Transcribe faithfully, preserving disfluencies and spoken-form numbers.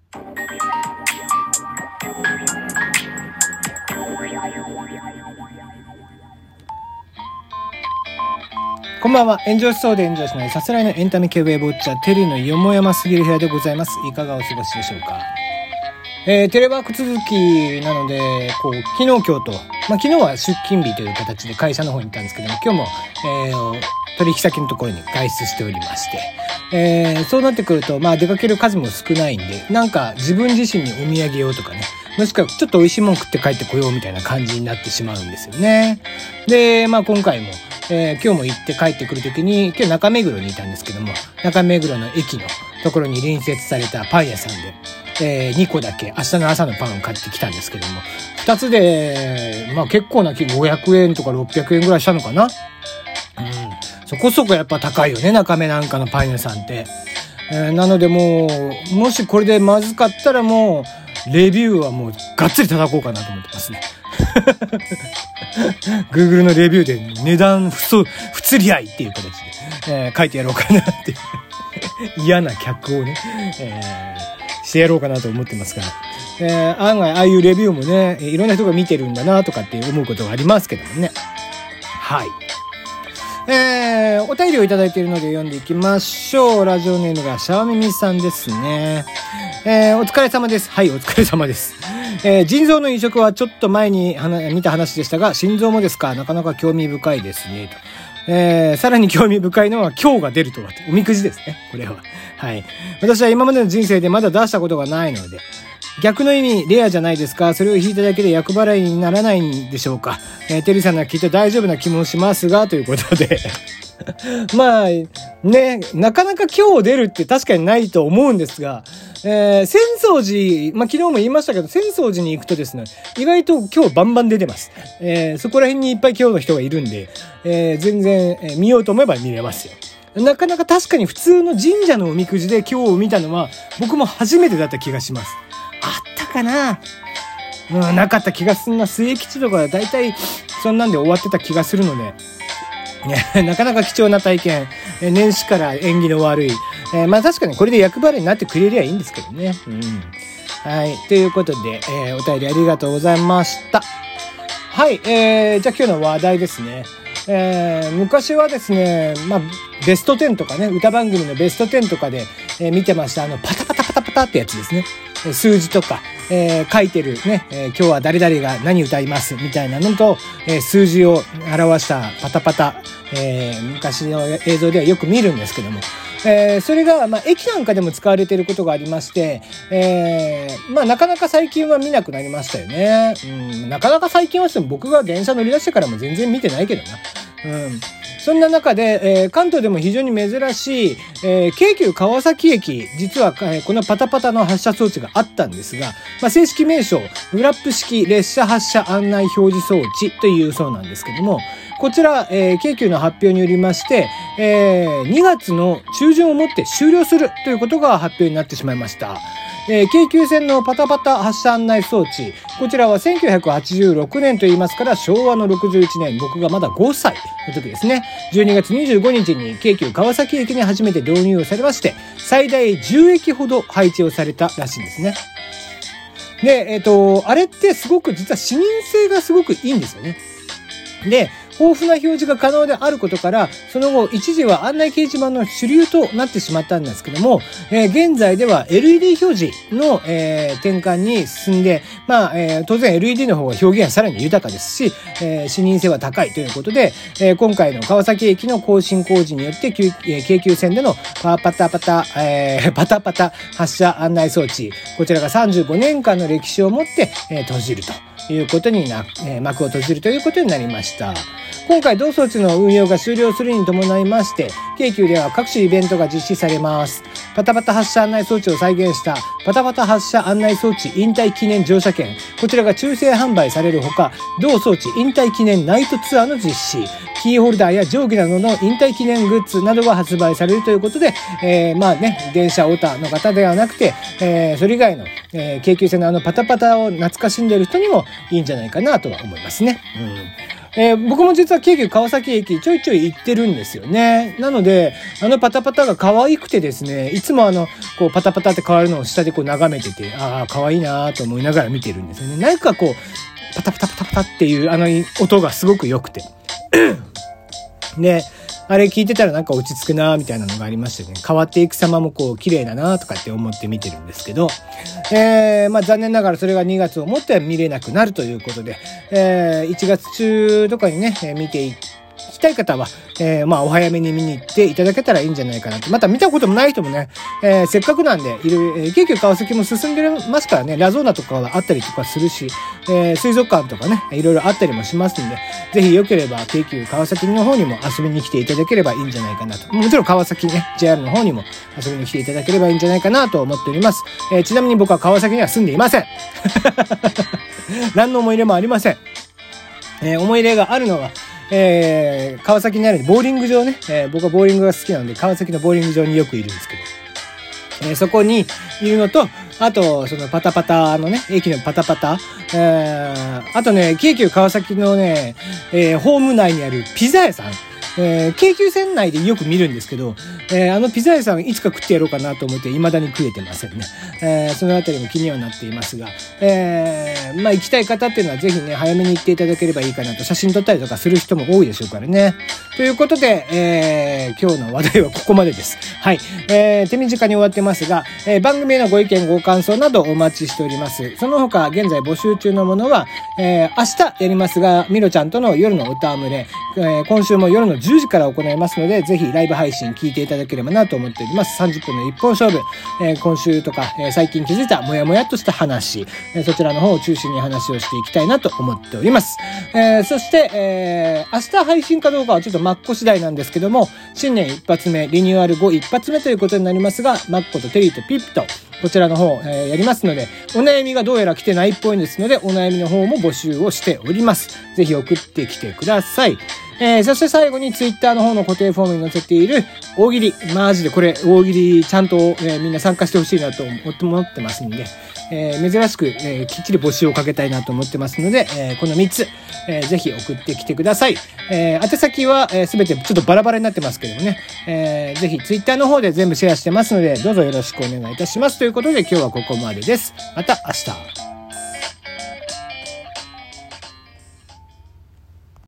こんばんは。炎上しそうで炎上しないさすらいのエンタメ系ウェブウォッチャーテリーのよもやますぎる部屋でございます。いかがお過ごしでしょうか。えー、テレワーク続きなのでこう昨日今日と、まあ、昨日は出勤日という形で会社の方に行ったんですけども、今日も、えー、取引先のところに外出しておりまして、えー、そうなってくるとまあ出かける数も少ないんで、なんか自分自身にお土産用とかね、もしくはちょっと美味しいもん食って帰ってこようみたいな感じになってしまうんですよね。でまあ今回もえー、今日も行って帰ってくるときに、今日中目黒にいたんですけども、中目黒の駅のところに隣接されたパン屋さんで、えー、にこだけ明日の朝のパンを買ってきたんですけども、ふたつで、まあ結構な金ごひゃくえんとかろっぴゃくえんぐらいしたのかな。うん。そこそこやっぱ高いよね、中目なんかのパン屋さんって。えー、なのでもう、もしこれでまずかったらもう、レビューはもうがっつり叩こうかなと思ってますね。Google のレビューで値段不そ不釣り合いっていう形で、えー、書いてやろうかなって嫌な客をね、えー、してやろうかなと思ってますから、えー、案外ああいうレビューもねいろんな人が見てるんだなとかって思うことがありますけどもね。はい。えー、お便りをいただいているので読んでいきましょう。ラジオネームがシャワミミさんですね。えー、お疲れ様です。はい、お疲れ様です。えー、腎臓の移植はちょっと前に見た話でしたが、心臓もですか、なかなか興味深いですねと。えー、さらに興味深いのは今日が出るとは、おみくじですね、これは。はい。私は今までの人生でまだ出したことがないので、逆の意味レアじゃないですか。それを引いただけで厄払いにならないんでしょうか。えー、テリーさんならきっと大丈夫な気もしますが、ということでまあね、なかなか今日出るって確かにないと思うんですが、えー、浅草寺、まあ昨日も言いましたけど、浅草寺に行くとですね、意外と今日バンバン出てます。えー、そこら辺にいっぱい今日の人がいるんで、えー、全然、えー、見ようと思えば見れますよ。なかなか確かに普通の神社のおみくじで今日見たのは僕も初めてだった気がします。あったかな、うん、なかった気がするな。末吉とかだいたいそんなんで終わってた気がするので、ね、なかなか貴重な体験、え年始から縁起の悪い、えー、まあ確かにこれで厄払いになってくれりゃいいんですけどね。うん、はい、ということで、えー、お便りありがとうございました。はい、えー、じゃあ今日の話題ですね。えー、昔はですね、まあベストテンとかね、歌番組のベストテンとかで、えー、見てました。あのパタパタパタパタってやつですね。数字とか、えー、書いてるね、えー、今日は誰々が何歌いますみたいなのと、えー、数字を表したパタパタ、えー、昔の映像ではよく見るんですけども、えー、それが、まあ、駅なんかでも使われていることがありまして、えー、まあ、なかなか最近は見なくなりましたよね。うん、なかなか最近はしても僕が電車乗り出してからも全然見てないけどな。うん。そんな中で、えー、関東でも非常に珍しい、えー、京急川崎駅、実は、えー、このパタパタの発車装置があったんですが、まあ、正式名称、フラップ式列車発車案内表示装置というそうなんですけども、こちら、えー、京急の発表によりまして、えー、にがつの中旬をもって終了するということが発表になってしまいました。えー、京急線のパタパタ発車案内装置。こちらはせんきゅうひゃくはちじゅうろくねんと言いますから、昭和のろくじゅういちねん、僕がまだごさいの時ですね。じゅうにがつにじゅうごにちに京急川崎駅に初めて導入をされまして、最大じゅうえきほど配置をされたらしいんですね。で、えっと、あれってすごく実は視認性がすごくいいんですよね。で、豊富な表示が可能であることから、その後一時は案内掲示板の主流となってしまったんですけども、えー、現在では エルイーディー 表示の、えー、転換に進んで、まあ、えー、当然 エルイーディー の方が表現はさらに豊かですし、えー、視認性は高いということで、えー、今回の川崎駅の更新工事によって、えー、京急線でのパパタパタ、えー、パタパタ発車案内装置、こちらがさんじゅうごねんかんの歴史をもって、えー、閉じるということにな、えー、幕を閉じるということになりました。今回同装置の運用が終了するに伴いまして、京急では各種イベントが実施されます。パタパタ発車案内装置を再現したパタパタ発車案内装置引退記念乗車券、こちらが抽選販売されるほか、同装置引退記念ナイトツアーの実施、キーホルダーや定規などの引退記念グッズなどが発売されるということで、えー、まあね、電車オタの方ではなくて、えー、それ以外の、えー、京急線のあのパタパタを懐かしんでいる人にもいいんじゃないかなとは思いますね。うん。 えー、僕も実は京急川崎駅ちょいちょい行ってるんですよね。なので、あのパタパタが可愛くてですね、いつもあの、こうパタパタって変わるのを下でこう眺めてて、ああ、可愛いなと思いながら見てるんですよね。なんかこう、パタパタパタパタっていうあの音がすごく良くて。で、あれ聞いてたらなんか落ち着くなみたいなのがありましてね、変わっていく様もこう綺麗だなとかって思って見てるんですけど、えー、まあ残念ながらそれがにがつをもっては見れなくなるということで、えー、いちがつ中とかにね、見ていきたい方は、えー、まあお早めに見に行っていただけたらいいんじゃないかなと。また見たこともない人もね、えー、せっかくなんでいる、えー、京急川崎も進んでますからね、ラゾーナとかがあったりとかするし、えー、水族館とかね、いろいろあったりもしますんで、ぜひ良ければ京急川崎の方にも遊びに来ていただければいいんじゃないかなと。もちろん川崎ね、ジェイアール の方にも遊びに来ていただければいいんじゃないかなと思っております。えー、ちなみに僕は川崎には住んでいません。何の思い入れもありません。えー、思い入れがあるのは、えー、川崎にあるボーリング場ね、えー、僕はボーリングが好きなので川崎のボーリング場によくいるんですけど、えー、そこにいるのと、あとそのパタパタのね、駅のパタパタ、えー、あとね、京急川崎のね、えー、ホーム内にあるピザ屋さん、えー、京急線内でよく見るんですけど、えー、あのピザ屋さんいつか食ってやろうかなと思って未だに食えてませんね。えー、そのあたりも気にはなっていますが、えー、まあ行きたい方っていうのはぜひね、早めに行っていただければいいかなと。写真撮ったりとかする人も多いでしょうからね。ということで、えー、今日の話題はここまでです。はい。えー、手短に終わってますが、えー、番組へのご意見ご感想などお待ちしております。その他、現在募集中のものは、えー、明日やりますが、ミロちゃんとの夜の歌むれ、えー、今週も夜のじゅうじから行いますので、ぜひライブ配信聞いていただければなと思っております。さんじゅっぷんの一本勝負、えー、今週とか、えー、最近気づいたもやもやっとした話、えー、そちらの方を中心に話をしていきたいなと思っております。えー、そして、えー、明日配信かどうかはちょっとマッコ次第なんですけども、新年一発目、リニューアル後一発目ということになりますが、マッコとテリーとピップと、こちらの方、えー、やりますので、お悩みがどうやら来てないっぽいんですので、お悩みの方も募集をしております。ぜひ送ってきてください。えー、そして最後にツイッターの方の固定フォームに載せている大喜利。マジでこれ大喜利ちゃんと、えー、みんな参加してほしいなと思ってますんで、えー、珍しく、えー、きっちり募集をかけたいなと思ってますので、えー、このみっつ、えー、ぜひ送ってきてください。えー、宛先は、えー、全てちょっとバラバラになってますけどもね、えー、ぜひツイッターの方で全部シェアしてますので、どうぞよろしくお願いいたします。ということで今日はここまでです。また明日。